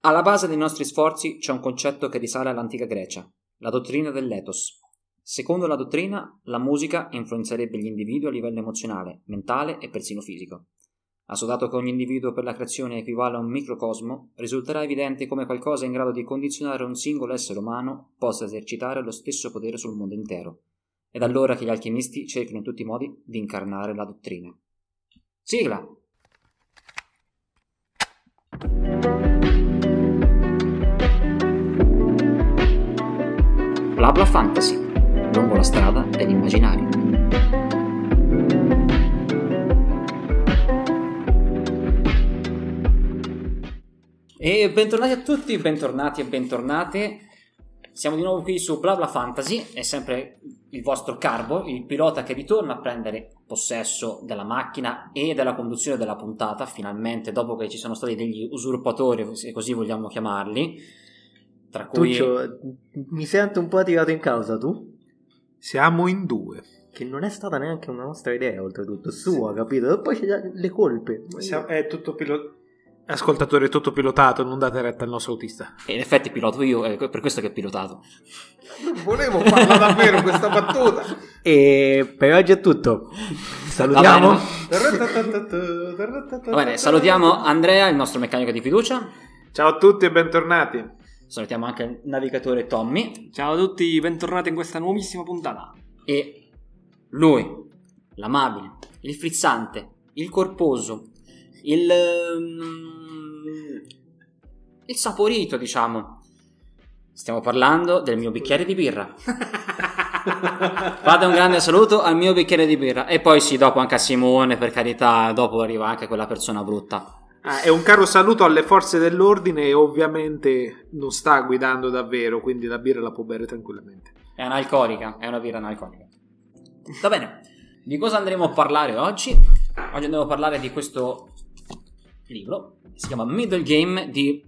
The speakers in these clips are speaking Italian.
Alla base dei nostri sforzi c'è un concetto che risale all'antica Grecia, la dottrina dell'ethos. Secondo la dottrina, la musica influenzerebbe gli individui a livello emozionale, mentale e persino fisico. Assodato che ogni individuo per la creazione equivale a un microcosmo, risulterà evidente come qualcosa in grado di condizionare un singolo essere umano possa esercitare lo stesso potere sul mondo intero. Ed allora che gli alchimisti cerchino in tutti i modi di incarnare la dottrina. Sigla! BlaBla Fantasy, lungo la strada dell'immaginario. E bentornati a tutti, bentornati e bentornate. Siamo di nuovo qui su BlaBla Fantasy, è sempre il vostro Carbo, il pilota che ritorna a prendere possesso della macchina e della conduzione della puntata, finalmente, dopo che ci sono stati degli usurpatori, se così vogliamo chiamarli. Tra cui... Tuccio, mi sento un po' tirato in causa, tu? Siamo in due. Che non è stata neanche una nostra idea, oltretutto, sua, capito? E poi c'è le colpe. È tutto ascoltatore, tutto pilotato, non date retta al nostro autista. E in effetti piloto io, è per questo che è pilotato. Non volevo farla davvero questa battuta. E per oggi è tutto. Salutiamo. Va bene, salutiamo Andrea, il nostro meccanico di fiducia. Ciao a tutti e bentornati. Salutiamo anche il navigatore Tommy. Ciao a tutti, bentornati in questa nuovissima puntata. E lui, l'amabile, il frizzante, il corposo, il saporito, diciamo. Stiamo parlando del mio bicchiere di birra. Fate un grande saluto al mio bicchiere di birra. E poi sì, dopo anche a Simone, per carità, dopo arriva anche quella persona brutta. È un caro saluto alle forze dell'ordine e ovviamente non sta guidando davvero, quindi la birra la può bere tranquillamente. È analcolica, è una birra analcolica. Va bene, di cosa andremo a parlare oggi? Oggi andremo a parlare di questo libro, si chiama Middle Game di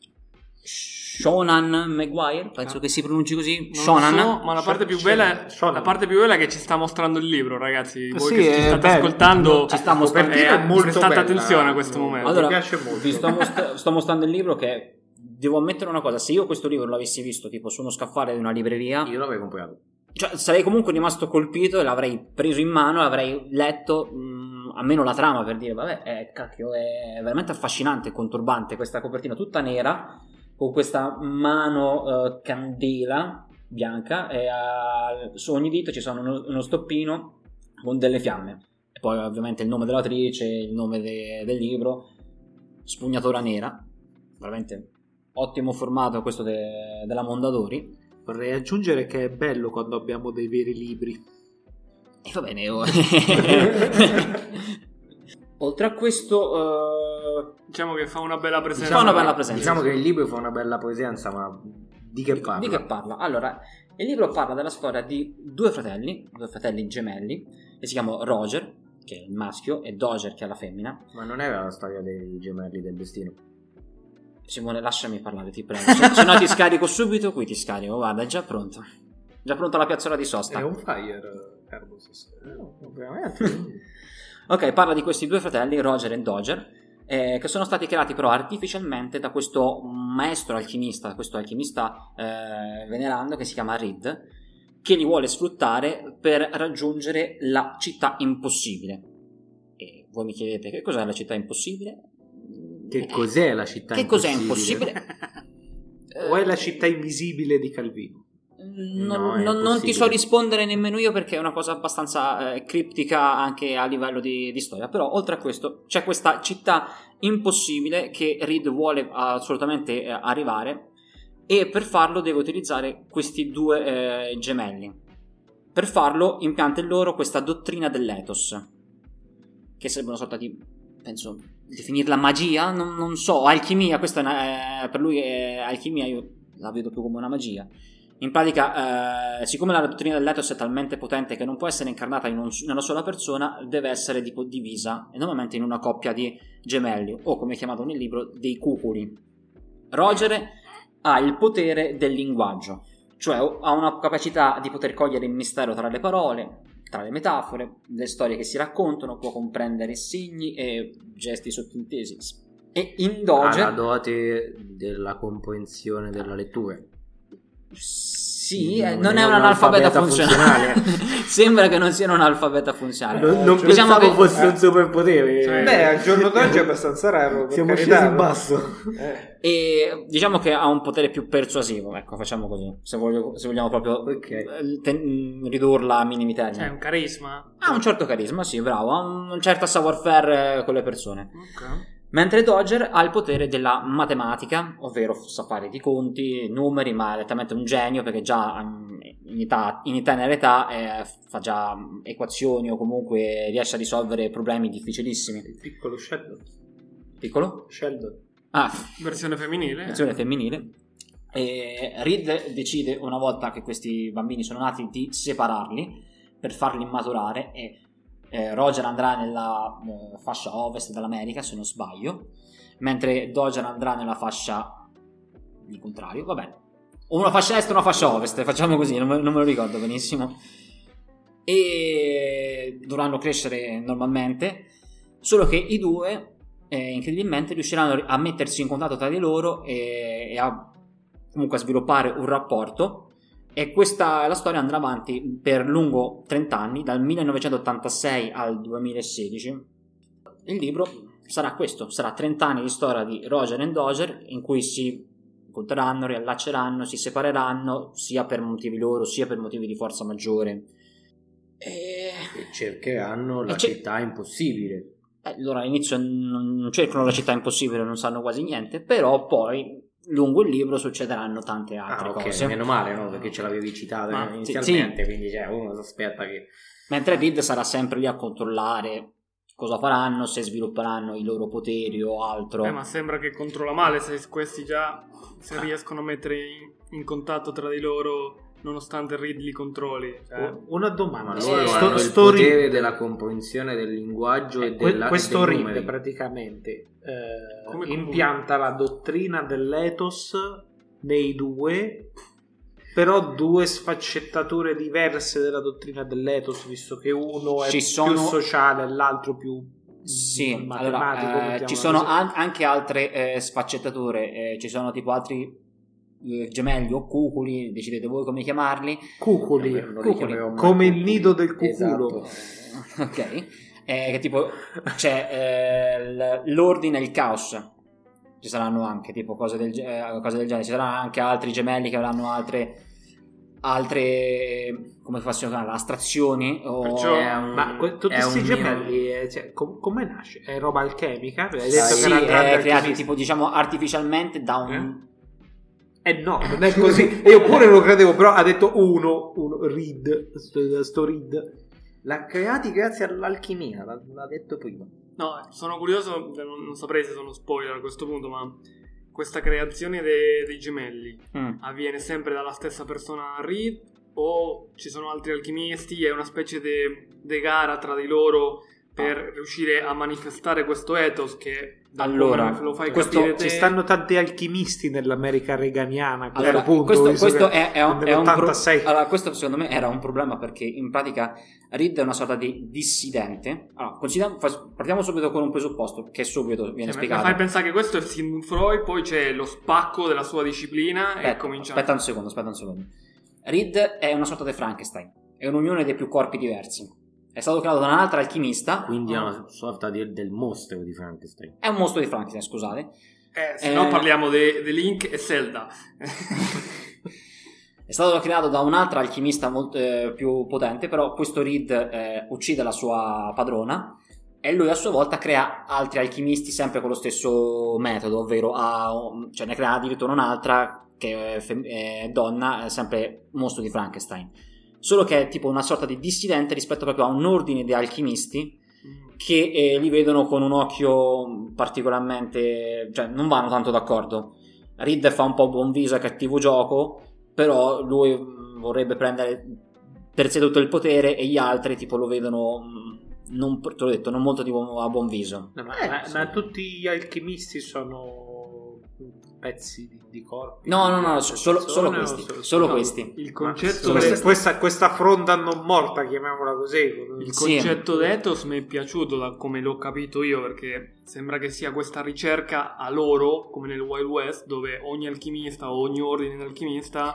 Shonan Maguire, penso che si pronunci così. Shonan, so, ma la parte più bella è che ci sta mostrando il libro, ragazzi. Voi sì, che ci state ascoltando, ci sta mostrando, prestate attenzione a questo momento. Allora, mi piace molto. Vi sto mostrando il libro che devo ammettere una cosa: se io questo libro l'avessi visto tipo su uno scaffale di una libreria, Io l'avrei comprato. cioè, sarei comunque rimasto colpito e l'avrei preso in mano, l'avrei letto, almeno la trama, per dire vabbè, cacchio, è veramente affascinante e conturbante questa copertina tutta nera con questa mano candela bianca e su ogni dito ci sono uno stoppino con delle fiamme e poi ovviamente il nome dell'autrice, il nome del libro, Spugnatura Nera, veramente ottimo formato questo della Mondadori. Vorrei aggiungere che è bello quando abbiamo dei veri libri. E va bene. Oltre a questo, diciamo che fa una bella presenza. Diciamo che il libro fa una bella presenza, ma di che parla? Di che parla? Allora, il libro parla della storia di due fratelli gemelli, che si chiamano Roger, che è il maschio, e Dodger, che è la femmina. Ma non era la storia dei gemelli del destino? Simone, lasciami parlare, ti prego. Se no ti scarico subito, qui ti scarico. Guarda, è già pronto. Già pronta la piazzola di sosta. È un fire, Carbo. Veramente? Ok, parla di questi due fratelli, Roger e Dodger, che sono stati creati però artificialmente da questo maestro alchimista, venerando, che si chiama Reed, che li vuole sfruttare per raggiungere la città impossibile. E voi mi chiedete, che cos'è la città impossibile? Che cos'è la città che impossibile? Cos'è impossibile? O è la città invisibile di Calvino? Non ti so rispondere nemmeno io, perché è una cosa abbastanza criptica anche a livello di storia. Però oltre a questo c'è questa città impossibile che Reed vuole assolutamente arrivare, e per farlo deve utilizzare questi due gemelli. Per farlo impianta in loro questa dottrina dell'ethos, che sarebbe una sorta di, penso, definirla magia, non so, alchimia. Questa per lui è alchimia, io la vedo più come una magia. In pratica, siccome la dottrina dell'ethos è talmente potente che non può essere incarnata in una sola persona, deve essere tipo divisa, e normalmente in una coppia di gemelli, o come è chiamato nel libro, dei cuculi. Roger ha il potere del linguaggio, cioè ha una capacità di poter cogliere il mistero tra le parole, tra le metafore, le storie che si raccontano, può comprendere segni e gesti sottintesi, E in Doger la dote della comprensione della lettura. sì, non è un analfabeta funzionale. Sembra che non sia un analfabeta funzionale. Non pensavo che fosse un superpotere. Beh, al giorno d'oggi è abbastanza raro. Siamo scesi in basso. E diciamo che ha un potere più persuasivo, ecco, facciamo così, se vogliamo proprio ridurla a minimi termini. C'è un carisma? Ha un certo carisma, sì, bravo, ha un certo savoir-faire con le persone. Ok. Mentre Doger ha il potere della matematica, ovvero sa fare di conti, numeri, ma è direttamente un genio, perché già in tenera età fa già equazioni o comunque riesce a risolvere problemi difficilissimi. Il piccolo Sheldon. Piccolo? Sheldon. Versione femminile. Versione femminile. E Reed decide, una volta che questi bambini sono nati, di separarli per farli maturare, e Roger andrà nella fascia ovest dell'America, se non sbaglio, mentre Doger andrà nella fascia di contrario, va bene, o una fascia est o una fascia ovest, facciamo così, non me lo ricordo benissimo, e dovranno crescere normalmente, solo che i due incredibilmente riusciranno a mettersi in contatto tra di loro e a comunque a sviluppare un rapporto. E la storia andrà avanti per lungo 30 anni, dal 1986 al 2016. Il libro sarà questo, sarà 30 anni di storia di Roger e Doger, in cui si incontreranno, riallacceranno, si separeranno, sia per motivi loro, sia per motivi di forza maggiore. E cercheranno la città impossibile. Loro all'inizio non cercano la città impossibile, non sanno quasi niente, però poi lungo il libro succederanno tante altre cose. Meno male, no? Perché ce l'avevi citato inizialmente, quindi uno si aspetta che... Mentre Reed sarà sempre lì a controllare cosa faranno, se svilupperanno i loro poteri o altro. Ma sembra che controlla male se questi già riescono a mettere in contatto tra di loro, nonostante Reed li controlli. Una domanda. Loro hanno il potere della comprensione del linguaggio e questo dei Reed numeri. praticamente impianta la dottrina dell'ethos nei due, però due sfaccettature diverse della dottrina dell'ethos, visto che uno è più sociale e l'altro più matematico. Allora, ci sono anche altre sfaccettature, ci sono tipo altri gemelli o cuculi, decidete voi come chiamarli. Cuculi. Come il nido del cuculo. Esatto. Ok. Che tipo c'è l'ordine e il caos, ci saranno anche tipo cose del genere, ci saranno anche altri gemelli che avranno altre come possiamo chiamare, astrazioni tutti questi gemelli come nasce? È roba alchemica? Hai detto è creati tipo diciamo artificialmente da un no, non è così. Io pure lo credevo, però ha detto uno Reed, sto Reed l'ha creati grazie all'alchimia, l'ha detto prima. No, sono curioso, non saprei se sono spoiler a questo punto, ma questa creazione dei gemelli avviene sempre dalla stessa persona Reed, o ci sono altri alchimisti? È una specie di gara tra di loro per riuscire a manifestare questo ethos che lo fai capire te. Ci stanno tanti alchimisti nell'America reganiana a allora, punto, questo è un questo secondo me era un problema, perché in pratica Reed è una sorta di dissidente. Allora, partiamo subito con un presupposto che subito viene spiegato. Fai pensare che questo è il Sigmund Freud, poi c'è lo spacco della sua disciplina. Aspetta un secondo. Reed è una sorta di Frankenstein, è un'unione dei più corpi diversi. È stato creato da un altro alchimista. Quindi è una sorta del mostro di Frankenstein. È un mostro di Frankenstein, scusate. Se no parliamo di Link e Zelda. È stato creato da un altro alchimista molto più potente, però questo Reed uccide la sua padrona e lui a sua volta crea altri alchimisti sempre con lo stesso metodo, ovvero ne crea addirittura un'altra che è donna, sempre mostro di Frankenstein. Solo che è tipo una sorta di dissidente rispetto proprio a un ordine di alchimisti che li vedono con un occhio particolarmente, cioè non vanno tanto d'accordo. Reed fa un po' buon viso e cattivo gioco, però lui vorrebbe prendere per sé tutto il potere, e gli altri tipo lo vedono te l'ho detto, non molto tipo a buon viso. Ma tutti gli alchimisti sono pezzi di di corpi? No, solo questi. Il concetto questa fronda non morta, chiamiamola così. Il concetto d'ethos mi è piaciuto da come l'ho capito io, perché sembra che sia questa ricerca a loro, come nel Wild West, dove ogni alchimista o ogni ordine di alchimista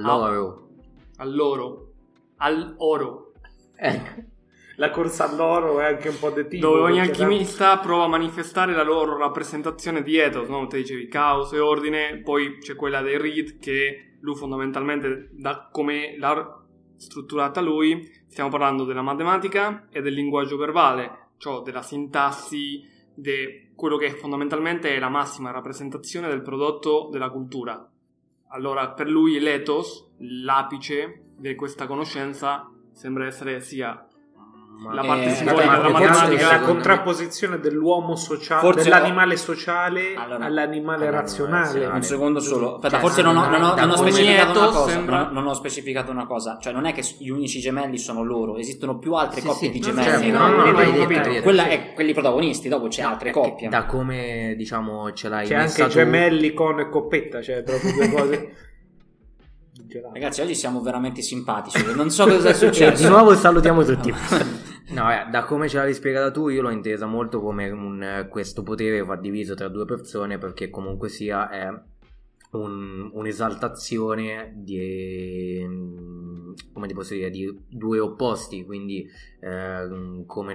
all'oro. La corsa all'oro è anche un po' di tipo. Dove ogni alchimista prova a manifestare la loro rappresentazione di ethos, no? Te dicevi caos e ordine, poi c'è quella dei Reed che lui fondamentalmente, da come l'ha strutturata lui, stiamo parlando della matematica e del linguaggio verbale, cioè della sintassi, di quello che fondamentalmente è la massima rappresentazione del prodotto della cultura. Allora per lui l'ethos, l'apice di questa conoscenza, sembra essere sia la parte simbolica della matematica, la contrapposizione dell'uomo sociale, dell'animale sociale all'animale razionale. Un secondo solo, aspetta, forse non ho specificato una cosa. Non ho specificato una cosa, cioè non è che gli unici gemelli sono loro, esistono più altre coppie di gemelli. Quella è quelli protagonisti, dopo c'è altre coppie. Da come diciamo ce l'hai c'è anche gemelli con coppetta, cioè proprio due cose. Ragazzi, oggi siamo veramente simpatici. Non so cosa è successo. Di nuovo salutiamo tutti. No, da come ce l'avevi spiegata tu, io l'ho intesa molto come questo potere va diviso tra due persone, perché comunque sia è un'esaltazione di, come ti posso dire, di due opposti. Quindi come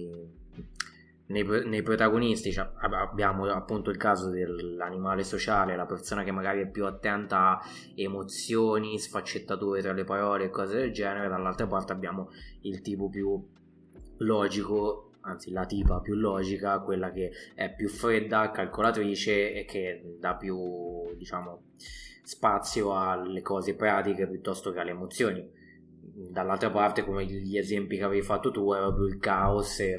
nei protagonisti, cioè, abbiamo appunto il caso dell'animale sociale, la persona che magari è più attenta a emozioni, sfaccettature tra le parole e cose del genere. Dall'altra parte abbiamo il tipo più logico, anzi la tipa più logica, quella che è più fredda, calcolatrice e che dà più, diciamo, spazio alle cose pratiche piuttosto che alle emozioni. Dall'altra parte, come gli esempi che avevi fatto tu, era più il caos e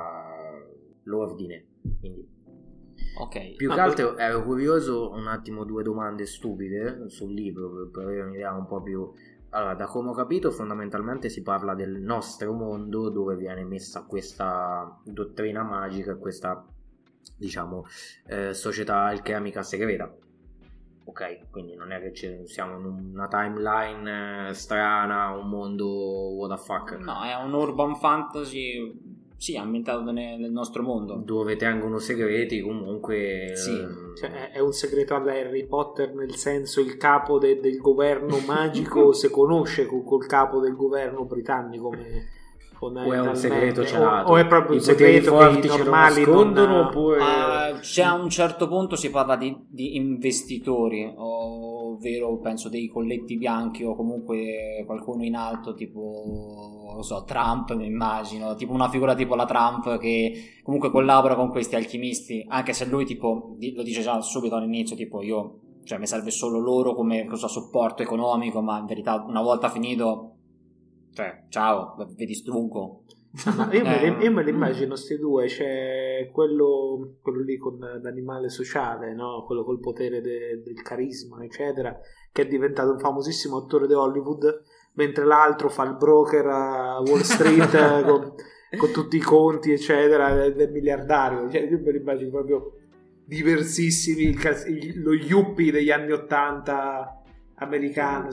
l'ordine. Quindi più che altro ero curioso un attimo, due domande stupide sul libro per avere un'idea un po' più. Allora, da come ho capito, fondamentalmente si parla del nostro mondo, dove viene messa questa dottrina magica, questa, diciamo, società alchemica segreta. Ok, quindi non è che siamo in una timeline strana, un mondo what the fuck. No, è un urban fantasy, sì, ambientato nel nostro mondo, dove tengono segreti comunque. Sì. Cioè, è un segreto alla Harry Potter, nel senso il capo del governo magico se conosce col capo del governo britannico, o è un segreto celato, o è proprio un segreto che i normali nascondono, oppure c'è a un certo punto si parla di investitori, ovvero penso dei colletti bianchi o comunque qualcuno in alto, tipo non so, Trump, mi immagino, tipo una figura tipo la Trump che comunque collabora con questi alchimisti, anche se lui tipo lo dice già subito all'inizio, tipo io, cioè mi serve solo loro come supporto economico, ma in verità una volta finito, cioè ciao, vi distruggo. Io me lo immagino sti due, c'è quello lì con l'animale sociale, no? Quello col potere del carisma eccetera, che è diventato un famosissimo attore di Hollywood, mentre l'altro fa il broker a Wall Street con tutti i conti eccetera del miliardario. Cioè, io me lo immagino proprio diversissimi, lo yuppie degli anni 80 americano,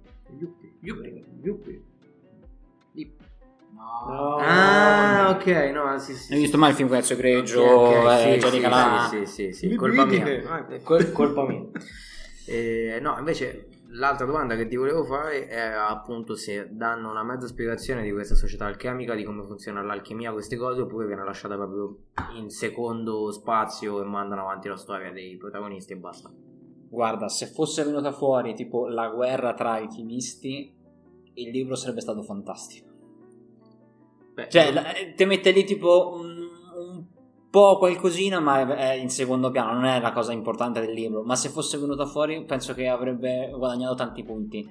yuppie. No. Ok, no, sì. Hai visto mai il film Prezzo Egregio? Sì, colpa mia. Colpa mia. No, invece l'altra domanda che ti volevo fare era appunto se danno una mezza spiegazione di questa società alchemica, di come funziona l'alchimia, queste cose, oppure viene lasciata proprio in secondo spazio e mandano avanti la storia dei protagonisti e basta. Guarda, se fosse venuta fuori tipo la guerra tra alchimisti, il libro sarebbe stato fantastico. Cioè, ti mette lì tipo un po' qualcosina, ma è in secondo piano, non è la cosa importante del libro. Ma se fosse venuta fuori, penso che avrebbe guadagnato tanti punti.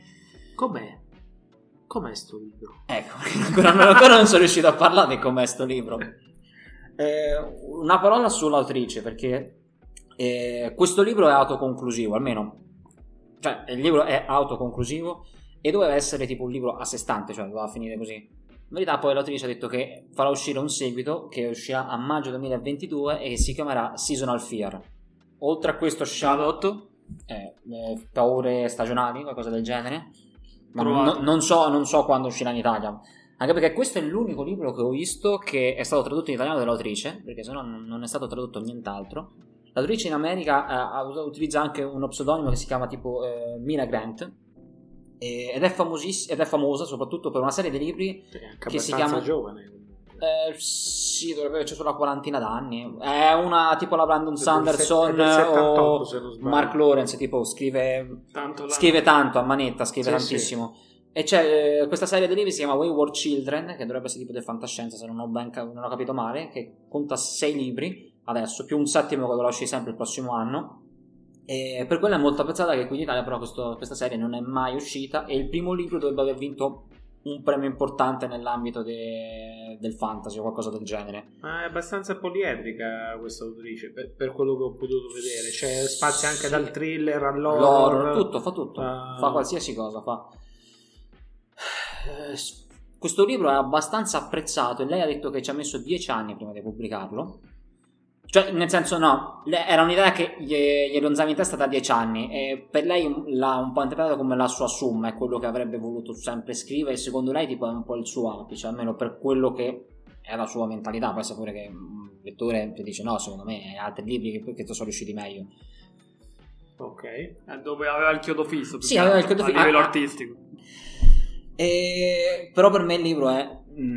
Com'è sto libro? Ecco, ancora non sono riuscito a parlare di com'è sto libro. Una parola sull'autrice, perché questo libro è autoconclusivo, almeno. Cioè, il libro è autoconclusivo e doveva essere tipo un libro a sé stante, cioè doveva finire così. In verità poi l'autrice ha detto che farà uscire un seguito che uscirà a maggio 2022 e che si chiamerà Seasonal Fear. Oltre a questo paure stagionali, qualcosa del genere, ma non so quando uscirà in Italia, anche perché questo è l'unico libro che ho visto che è stato tradotto in italiano dall'autrice, perché sennò non è stato tradotto nient'altro. L'autrice in America utilizza anche uno pseudonimo che si chiama tipo Mina Grant, ed è famosa soprattutto per una serie di libri che si chiama giovane. Sì, dovrebbe averci sulla quarantina d'anni. È una tipo la Brandon Sanderson 78, o Mark Lawrence, tipo scrive tanto a manetta, scrive tantissimo. Sì. E c'è questa serie di libri si chiama Wayward Children, che dovrebbe essere tipo di fantascienza, se non ho capito male, che conta 6 libri adesso, più un 7° che dovrà uscire sempre il prossimo anno. E per quello è molto apprezzata, che qui in Italia però questa serie non è mai uscita, e il primo libro dovrebbe aver vinto un premio importante nell'ambito del fantasy o qualcosa del genere. Ma è abbastanza poliedrica questa autrice, per quello che ho potuto vedere. C'è spazio anche dal thriller all'horror. Fa tutto. Fa qualsiasi cosa. Questo libro è abbastanza apprezzato, e lei ha detto che ci ha messo 10 anni prima di pubblicarlo. Cioè, nel senso, no, era un'idea che gli ronzava in testa da 10 anni, e per lei l'ha un po' interpretato come la sua summa, è quello che avrebbe voluto sempre scrivere, e secondo lei tipo è un po' il suo apice, almeno per quello che è la sua mentalità. Poi sapere che un lettore ti dice no, secondo me altri libri che sono riusciti meglio. Ok, dove aveva il chiodo fisso. Sì, aveva il chiodo fisso a livello artistico. Però per me il libro è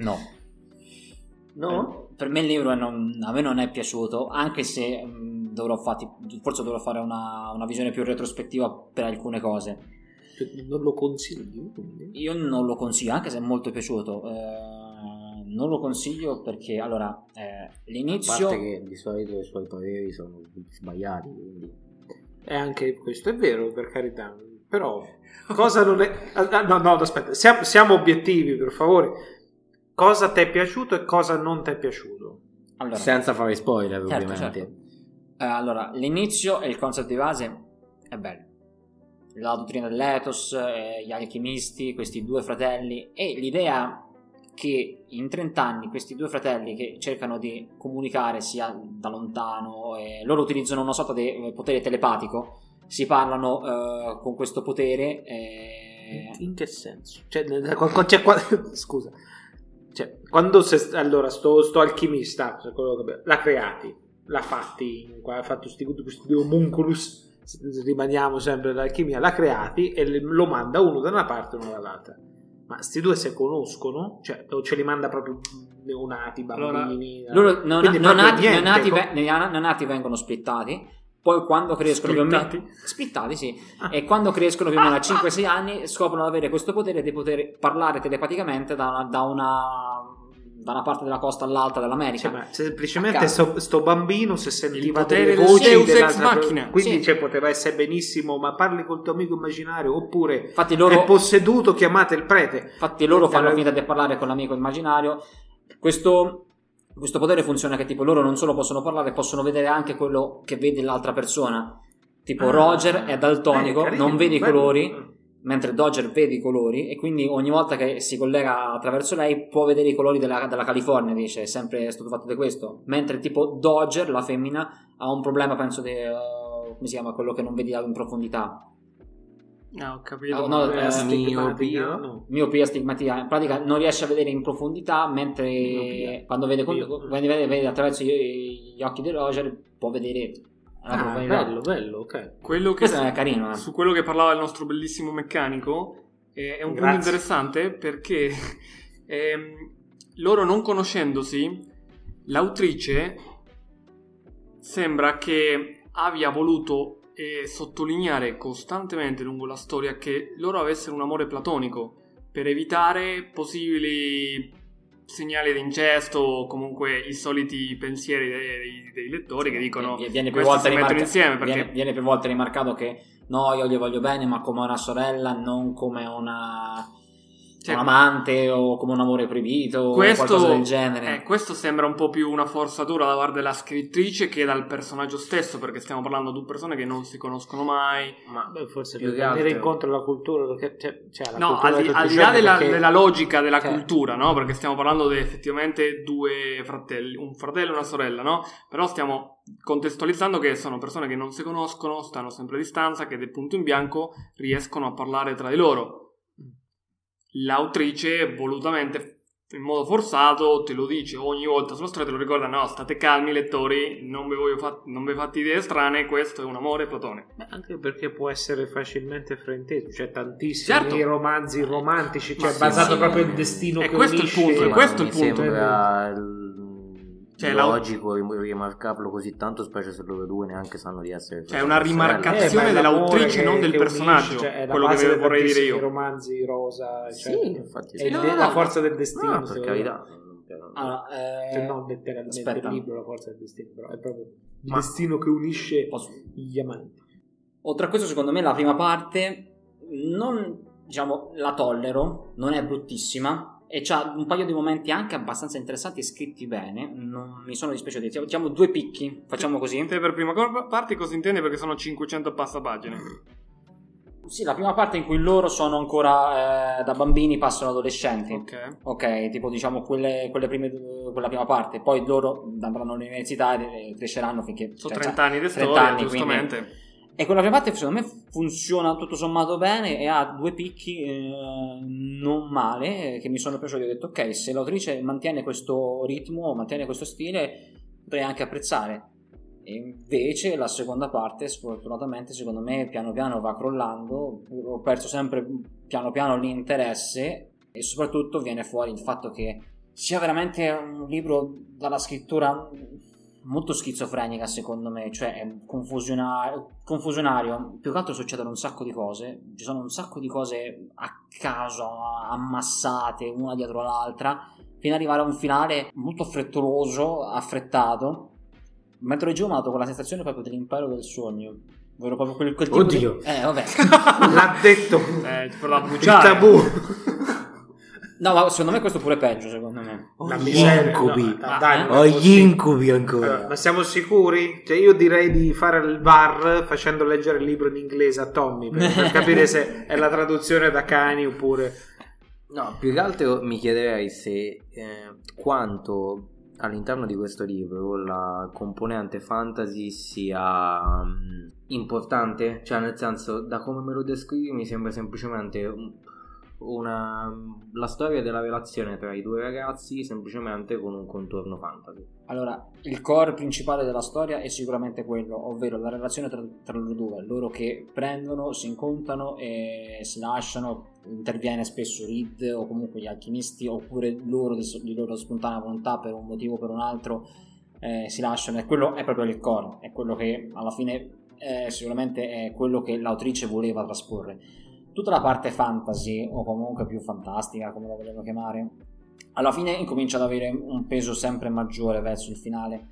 no? Per me il libro a me non è piaciuto, anche se forse dovrò fare una visione più retrospettiva per alcune cose. Non lo consigli? Io non lo consiglio, anche se è molto piaciuto. Non lo consiglio perché allora l'inizio, a parte che di solito i suoi pareri sono sbagliati, quindi anche questo è vero, per carità, però cosa non è no aspetta, siamo obiettivi, per favore. Cosa ti è piaciuto e cosa non ti è piaciuto? Allora, senza fare spoiler, ovviamente. Certo. Allora, l'inizio e il concept di base è bello. La dottrina dell'ethos, gli alchimisti, questi due fratelli, e l'idea che in 30 anni questi due fratelli che cercano di comunicare sia da lontano, loro utilizzano una sorta di potere telepatico, si parlano con questo potere. In che senso? Scusa. Cioè, quando allora sto alchimista, l'ha creati, l'ha fatto questi homunculus, rimaniamo sempre l'alchimia, l'ha creati e lo manda uno da una parte e uno dall'altra. Ma sti due se conoscono, cioè, o ce li manda proprio neonati, bambini? Allora, loro neonati vengono splittati. Poi quando crescono splittati, sì. E quando crescono più o meno a 5-6 anni scoprono di avere questo potere di poter parlare telepaticamente da una parte della costa all'altra dell'America. Cioè, ma semplicemente sto bambino se sentiva delle voci dell'altra, quindi sì. Poteva essere benissimo, ma parli col tuo amico immaginario, oppure è posseduto, chiamate il prete. Infatti loro fanno finta di parlare con l'amico immaginario. Questo potere funziona che tipo loro non solo possono parlare, possono vedere anche quello che vede l'altra persona. Tipo Roger è daltonico, non vede i colori, mentre Dodger vede i colori, e quindi ogni volta che si collega attraverso lei può vedere i colori della California, dice, è sempre stato fatto di questo. Mentre tipo Dodger, la femmina, ha un problema, penso di come si chiama, quello che non vedi in profondità. Ho capito. Miopia, astigmatia. In pratica non riesce a vedere in profondità, mentre quando vede attraverso gli occhi di Roger può vedere. Bello, ok. Questo è carino. Su quello che parlava il nostro bellissimo meccanico è un punto interessante, perché loro non conoscendosi, l'autrice sembra che abbia voluto sottolineare costantemente lungo la storia che loro avessero un amore platonico, per evitare possibili segnali di incesto o comunque i soliti pensieri dei lettori che dicono viene più volte rimarcato che no, io gli voglio bene, ma come una sorella, non come una un amante o come un amore proibito o qualcosa del genere. Questo sembra un po' più una forzatura da parte della scrittrice che dal personaggio stesso, perché stiamo parlando di due persone che non si conoscono mai. Ma forse per venire incontro alla cultura, perché al di là della logica della cultura, no? Perché stiamo parlando di effettivamente due fratelli, un fratello e una sorella, no? Però stiamo contestualizzando che sono persone che non si conoscono, stanno sempre a distanza, che del punto in bianco riescono a parlare tra di loro. L'autrice volutamente, in modo forzato, te lo dice ogni volta sulla storia, te lo ricorda: no, state calmi lettori, non vi fate idee strane, questo è un amore platonico. Anche perché può essere facilmente frainteso, c'è tantissimi romanzi romantici, basato proprio il destino che questo unisce. Questo è il punto. Sembra logico rimarcarlo così tanto, specie se loro due neanche sanno di essere. C'è una rimarcazione dell'autrice, non del personaggio, quello che vorrei dire io. I romanzi rosa, infatti è la forza del destino, per carità. Non letteralmente il libro La forza del destino, però è proprio il destino che unisce gli amanti. Oltre a questo, secondo me la prima parte la tollero, non è bruttissima e c'ha un paio di momenti anche abbastanza interessanti, scritti bene, non mi sono dispiaciuti. Diciamo due picchi, facciamo così. Te per prima parte cosa intendi? Perché sono 500 passapagine. Sì, la prima parte in cui loro sono ancora da bambini, passano adolescenti. Ok, tipo diciamo quella prima parte. Poi loro andranno all'università e cresceranno finché... Sono 30 anni di storia, giustamente. Quindi, e quella prima parte secondo me funziona tutto sommato bene e ha due picchi non male, che mi sono piaciuti. Ho detto ok, se l'autrice mantiene questo ritmo, mantiene questo stile, potrei anche apprezzare. E invece la seconda parte sfortunatamente secondo me piano piano va crollando. Ho perso sempre piano piano l'interesse e soprattutto viene fuori il fatto che sia veramente un libro dalla scrittura molto schizofrenica, secondo me, cioè è confusionario. Più che altro succedono un sacco di cose, ci sono un sacco di cose a caso, ammassate una dietro l'altra, fino ad arrivare a un finale molto frettoloso, affrettato. Mentre leggevo mi ha dato quella sensazione proprio dell'impero del sogno, ovvero proprio quel tipo oddio vabbè l'ha detto per la bugiata, il tabù. No, ma secondo me questo pure è peggio, secondo me. Gli incubi. Gli incubi ancora. Ma siamo sicuri? Cioè io direi di fare il VAR facendo leggere il libro in inglese a Tommy per capire se è la traduzione da cani oppure... No, più che altro mi chiederei se quanto all'interno di questo libro la componente fantasy sia importante. Cioè, nel senso, da come me lo descrivi mi sembra semplicemente... la storia della relazione tra i due ragazzi semplicemente con un contorno fantasy. Allora, il core principale della storia è sicuramente quello, ovvero la relazione tra loro due, loro che prendono, si incontrano e si lasciano. Interviene spesso Reed o comunque gli alchimisti, oppure loro di loro spontanea volontà, per un motivo o per un altro si lasciano, e quello è proprio il core, è quello che alla fine sicuramente è quello che l'autrice voleva trasporre. Tutta la parte fantasy, o comunque più fantastica, come la vogliamo chiamare, alla fine incomincia ad avere un peso sempre maggiore verso il finale.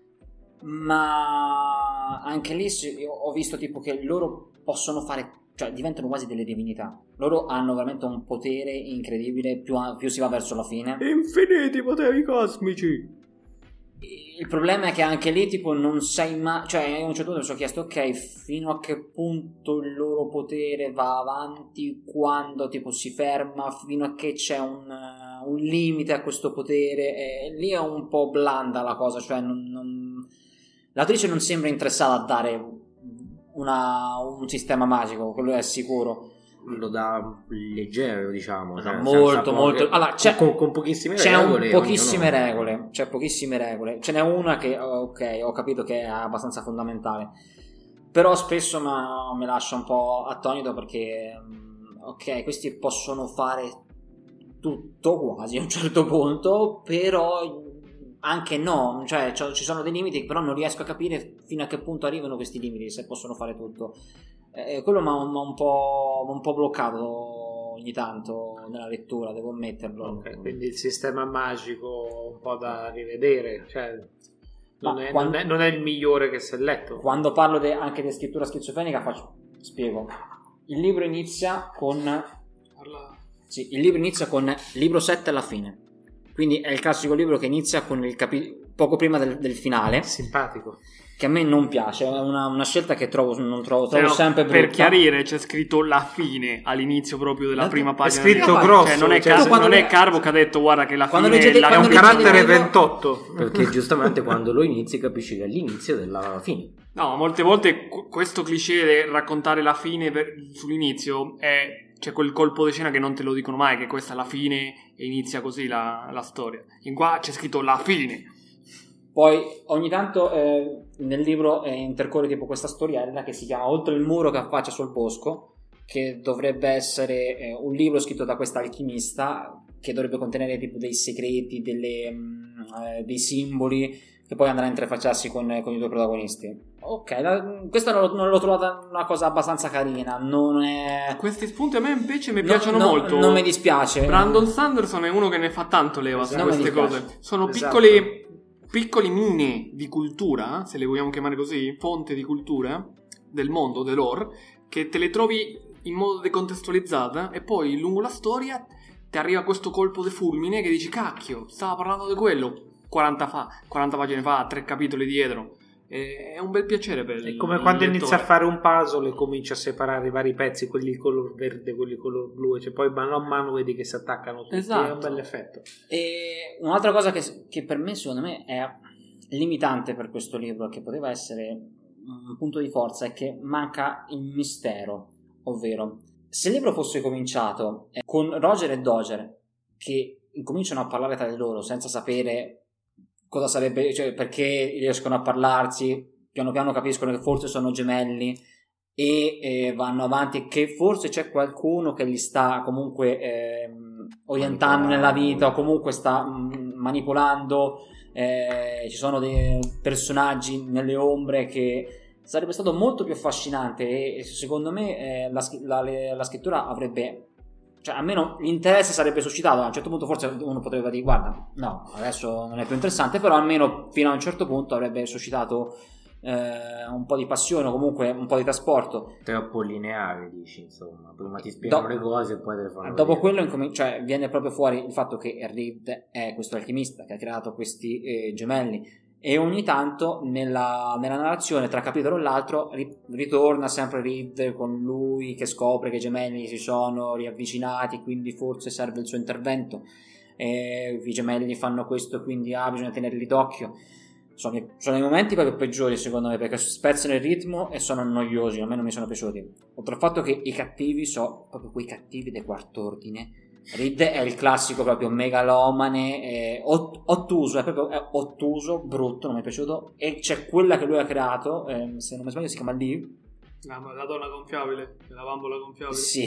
Ma anche lì ho visto tipo che loro possono fare, cioè diventano quasi delle divinità. Loro hanno veramente un potere incredibile più si va verso la fine. Infiniti poteri cosmici. Il problema è che anche lì tipo non sai mai, cioè a un certo punto mi sono chiesto ok, fino a che punto il loro potere va avanti, quando tipo si ferma, fino a che c'è un limite a questo potere, e lì è un po' blanda la cosa, cioè l'autrice non sembra interessata a dare un sistema magico, quello è sicuro. Lo dà leggero, diciamo, cioè, molto. Allora, con pochissime regole. C'è pochissime regole. Ce n'è una che, ok, ho capito che è abbastanza fondamentale, però spesso mi lascia un po' attonito perché, ok, questi possono fare tutto quasi a un certo punto, però anche no, cioè ci sono dei limiti, però non riesco a capire fino a che punto arrivano questi limiti, se possono fare tutto. Quello mi ha un po' bloccato ogni tanto nella lettura, devo ammetterlo. Okay, quindi il sistema magico un po' da rivedere, cioè non è il migliore che si è letto. Quando parlo anche di scrittura schizofrenica spiego. Il libro inizia con Sì, il libro inizia con libro 7 alla fine. Quindi è il classico libro che inizia con il poco prima del finale. Simpatico. Che a me non piace, è una scelta che trovo sempre brutta. Per chiarire, c'è scritto la fine all'inizio proprio della prima pagina. È scritto grosso, cioè non è Carvo che ha detto guarda che la fine è un carattere 28. Perché giustamente quando lo inizi capisci che è l'inizio della fine. No, molte volte questo cliché di raccontare la fine sull'inizio c'è quel colpo di scena che non te lo dicono mai, che questa è la fine e inizia così la storia. In qua c'è scritto la fine. Poi ogni tanto nel libro intercorre tipo questa storiella che si chiama Oltre il muro che affaccia sul bosco, che dovrebbe essere un libro scritto da questa alchimista che dovrebbe contenere tipo dei segreti, dei simboli che poi andrà a interfacciarsi con i due protagonisti. Ok, questa non l'ho trovata una cosa abbastanza carina. Non è... Questi spunti a me invece mi piacciono molto. Non mi dispiace. Brandon Sanderson è uno che ne fa tanto leva su queste cose. Sono piccoli mine di cultura, se le vogliamo chiamare così, fonte di cultura del mondo, dell'ore, che te le trovi in modo decontestualizzata e poi lungo la storia ti arriva questo colpo di fulmine che dici cacchio, stava parlando di quello 40 pagine fa, 3 capitoli dietro. È un bel piacere per è come quando inizi a fare un puzzle e cominci a separare i vari pezzi, quelli color verde, quelli color blu, cioè poi mano a mano vedi che si attaccano tutti. Esatto. È un bel effetto. E un'altra cosa che per me, secondo me, è limitante per questo libro, che poteva essere un punto di forza, è che manca il mistero, ovvero se il libro fosse cominciato con Roger e Dodger che incominciano a parlare tra di loro senza sapere cosa sarebbe, cioè perché riescono a parlarsi, piano piano capiscono che forse sono gemelli e vanno avanti, che forse c'è qualcuno che li sta comunque orientando nella vita o comunque sta manipolando, ci sono dei personaggi nelle ombre, che sarebbe stato molto più affascinante e secondo me la scrittura avrebbe, cioè almeno l'interesse sarebbe suscitato. A un certo punto forse uno potrebbe dire guarda no, adesso non è più interessante, però almeno fino a un certo punto avrebbe suscitato un po' di passione o comunque un po' di trasporto. Troppo lineare, dici, insomma, prima ti spiegano le cose e poi te le fanno dopo vedere. Quello cioè, viene proprio fuori il fatto che Reed è questo alchimista che ha creato questi gemelli, e ogni tanto nella narrazione tra capitolo e l'altro ritorna sempre Reed con lui che scopre che i gemelli si sono riavvicinati, quindi forse serve il suo intervento, i gemelli fanno questo, quindi bisogna tenerli d'occhio. Sono i momenti proprio peggiori secondo me, perché spezzano il ritmo e sono noiosi, almeno mi sono piaciuti. Oltre al fatto che i cattivi sono proprio quei cattivi del quarto ordine. Reed è il classico proprio megalomane, ottuso, è proprio ottuso, brutto, non mi è piaciuto. E c'è quella che lui ha creato, se non mi sbaglio si chiama Liv, la donna gonfiabile, la bambola gonfiabile. Sì.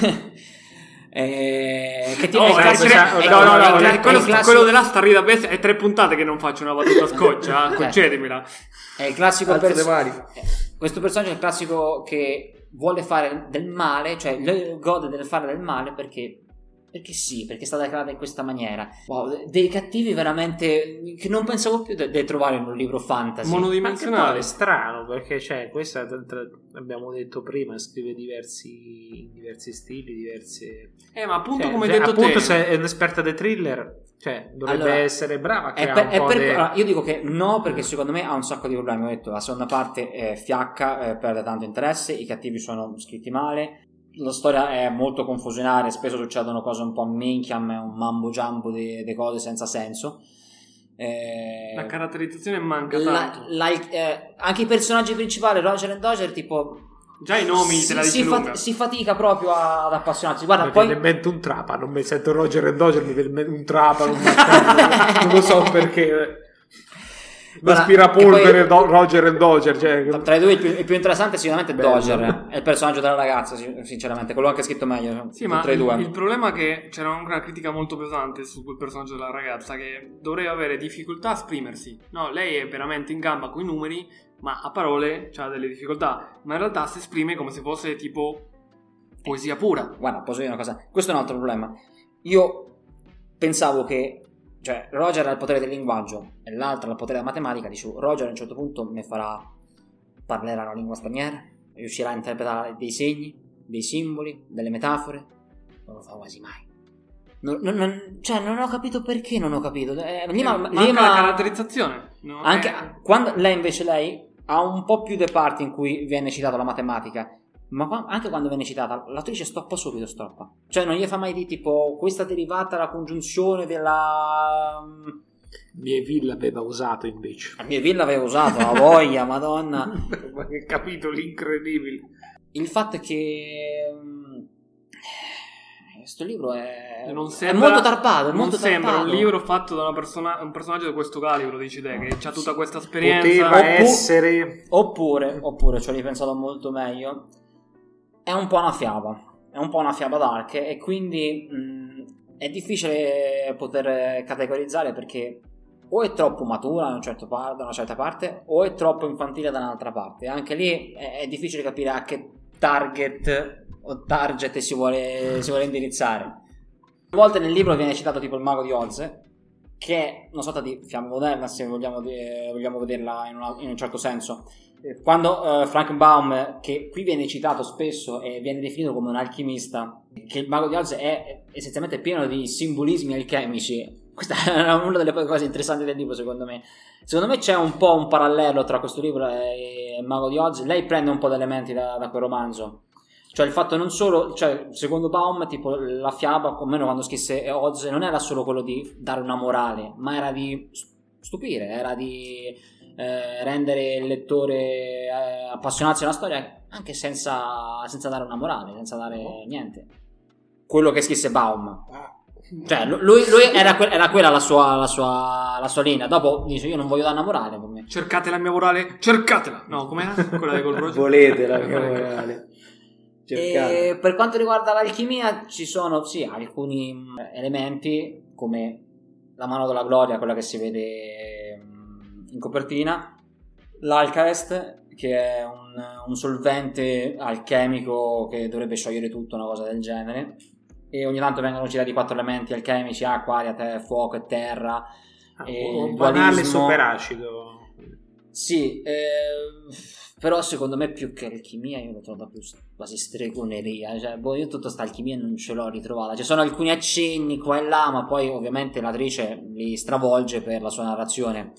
Che ti quello della starrida bestia è 3 puntate che non faccio una battuta scoccia, concedemela. È il classico questo personaggio è il classico che vuole fare del male, cioè gode del fare del male perché sì, perché è stata creata in questa maniera. Wow, dei cattivi veramente che non pensavo più di trovare in un libro fantasy. Monodimensionale. È strano perché questa abbiamo detto prima, scrive diversi stili, diverse. Ma appunto come hai detto appunto te, se è un'esperta di thriller, dovrebbe essere brava. Io dico che no, perché secondo me ha un sacco di problemi. Ho detto la seconda parte è fiacca, perde tanto interesse, i cattivi sono scritti male. La storia è molto confusionaria, spesso succedono cose un po' minchiam, un mambo jumbo di cose senza senso. La caratterizzazione manca tanto. Anche i personaggi principali, Roger e Dodger, tipo già i nomi te la dice lunga. Si fatica proprio ad appassionarsi. Guarda, mi viene in mente un trapano, non mi sento Roger e Dodger, mi viene in mente un trapano, non lo so perché. L'aspirapolvere Roger e Dodger, tra i due il più interessante sicuramente è Dodger, è il personaggio della ragazza, sinceramente quello anche scritto meglio. Sì, ma tra i due. Il problema è che c'era una critica molto pesante su quel personaggio della ragazza, che dovrebbe avere difficoltà a esprimersi. No, lei è veramente in gamba con i numeri, ma a parole ha delle difficoltà, ma in realtà si esprime come se fosse tipo poesia pura. Guarda, posso dire una cosa, questo è un altro problema. Io pensavo che Roger ha il potere del linguaggio e l'altro ha il potere della matematica. Dicevo, Roger a un certo punto parlerà una lingua straniera, riuscirà a interpretare dei segni, dei simboli, delle metafore. Non lo fa quasi mai. non ho capito perché non ho capito. Manca la caratterizzazione. Anche quando lei ha un po' più di parti in cui viene citata la matematica, ma anche quando viene citata l'attrice stoppa. Cioè non gli fa mai di tipo questa derivata dalla congiunzione della... Mieville aveva usato invece. Mieville aveva usato, la voglia, madonna. Ma che capitoli incredibili. Il fatto è che questo libro è sembra, molto tarpato. Non sembra un libro fatto da un personaggio di questo calibro, dici te, che ha tutta questa esperienza. Poteva essere. Oppure ci ho ripensato molto meglio. È un po' una fiaba dark, e quindi è difficile poter categorizzare, perché o è troppo matura da una certa parte, o è troppo infantile da un'altra parte. Anche lì è difficile capire a che target si vuole indirizzare. A volte nel libro viene citato tipo il Mago di Oz, che è una sorta di fiamma moderna, se vogliamo vederla in un certo senso. Quando Frank Baum, che qui viene citato spesso e viene definito come un alchimista, che il Mago di Oz è essenzialmente pieno di simbolismi alchemici. Questa è una delle cose interessanti del libro, secondo me. Secondo me c'è un po' un parallelo tra questo libro e il Mago di Oz. Lei prende un po' di elementi da quel romanzo. Cioè il fatto non solo, secondo Baum, tipo la fiaba, almeno quando scrisse Oz, non era solo quello di dare una morale, ma era di stupire, era di rendere il lettore appassionarsi alla storia anche senza dare una morale, senza dare niente. Quello che scrisse Baum. Cioè lui era quella la sua linea. Dopo dice: io non voglio dare una morale per me. Cercate la mia morale, cercatela. No, com'era? Quella di Gold Volete la mia morale. E per quanto riguarda l'alchimia ci sono alcuni elementi, come la mano della gloria, quella che si vede in copertina, l'Alcaest, che è un solvente alchemico che dovrebbe sciogliere tutto, una cosa del genere, e ogni tanto vengono citati 4 elementi alchemici: acqua, aria, fuoco e terra. Un banale superacido. Sì, però secondo me più che alchimia io lo trovo più quasi stregoneria. Io tutta sta alchimia non ce l'ho ritrovata. Ci sono alcuni accenni qua e là, ma poi ovviamente l'autrice li stravolge per la sua narrazione.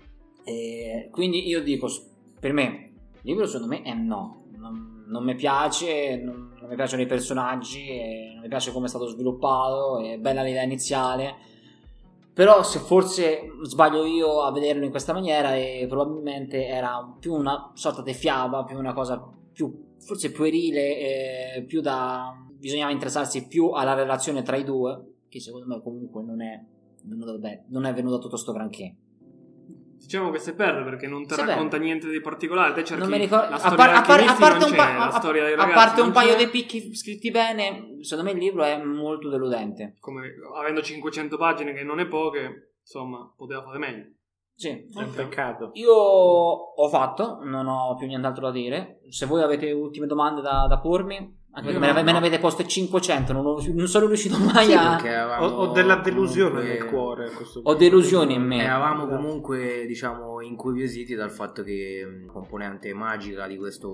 Quindi io dico, per me il libro secondo me è no, non mi piace, non mi piacciono i personaggi, non mi piace come è stato sviluppato, è bella l'idea iniziale, però se forse sbaglio io a vederlo in questa maniera, e probabilmente era più una sorta di fiaba, più una cosa più forse puerile, bisognava interessarsi più alla relazione tra i due, che secondo me comunque non è venuto tutto sto granché. Diciamo che si perde perché non ti racconta niente di particolare. Te cerchi non mi ricordo, la storia la storia dei ragazzi, a parte un paio di picchi scritti bene, secondo me il libro è molto deludente. Come avendo 500 pagine, che non è poche, insomma, poteva fare meglio. Sì, è un peccato. Io ho fatto, non ho più nient'altro da dire. Se voi avete ultime domande da pormi, anche perché me ne avete poste 500, non sono riuscito mai ho della delusione nel cuore. Ho delusioni in me. Eravamo comunque, diciamo, incuriositi dal fatto che la componente magica di questa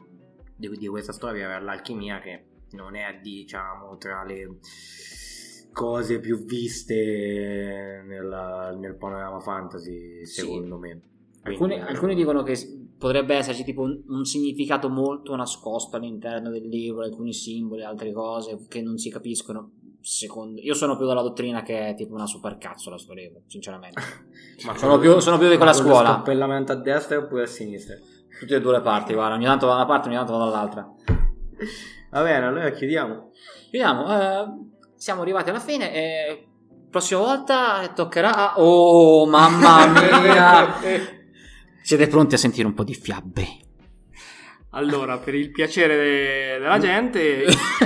storia era l'alchimia, che non è, diciamo, tra le cose più viste nel panorama fantasy, secondo me. Alcuni dicono che potrebbe esserci tipo un significato molto nascosto all'interno del libro, alcuni simboli, altre cose che non si capiscono. Io sono più della dottrina che è tipo una supercazzola sto libro, sinceramente. Ma sono più di quella scuola. Scappellamento a destra oppure a sinistra? Tutte e due le parti, guarda, ogni tanto vado da una parte, ogni tanto vado dall'altra. Va bene, allora chiudiamo. Siamo arrivati alla fine e prossima volta toccherà oh mamma mia. Siete pronti a sentire un po' di fiabe? Allora, per il piacere della gente,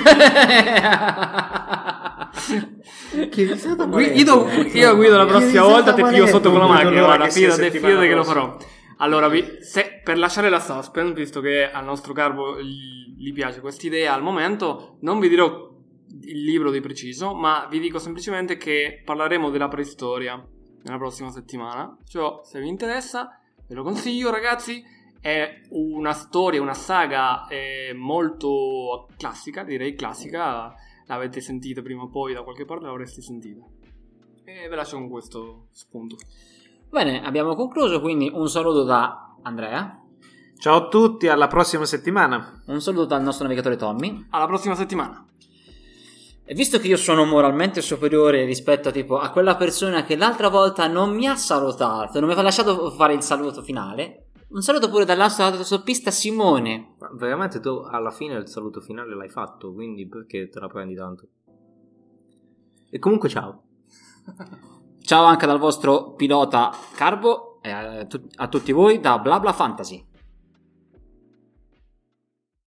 io guido la prossima volta, te pio sotto con la macchina, guarda, fidate che lo farò. Allora, per lasciare la suspense, visto che al nostro Carbo gli piace questa idea, al momento non vi dirò il libro di preciso, ma vi dico semplicemente che parleremo della preistoria nella prossima settimana. Cioè, se vi interessa, ve lo consiglio, ragazzi. È una storia, una saga molto classica, direi classica, l'avete sentita prima o poi da qualche parte, l'avreste sentita. E ve lascio con questo spunto. Bene, abbiamo concluso, quindi un saluto da Andrea. Ciao a tutti, alla prossima settimana. Un saluto dal nostro navigatore Tommy. Alla prossima settimana. E visto che io sono moralmente superiore rispetto a quella persona che l'altra volta non mi ha salutato, non mi ha lasciato fare il saluto finale, un saluto pure dall'altro soppista Simone. Ma veramente tu alla fine il saluto finale l'hai fatto, quindi perché te la prendi tanto? E comunque ciao. Ciao anche dal vostro pilota Carbo e a tutti voi da BlaBla Fantasy.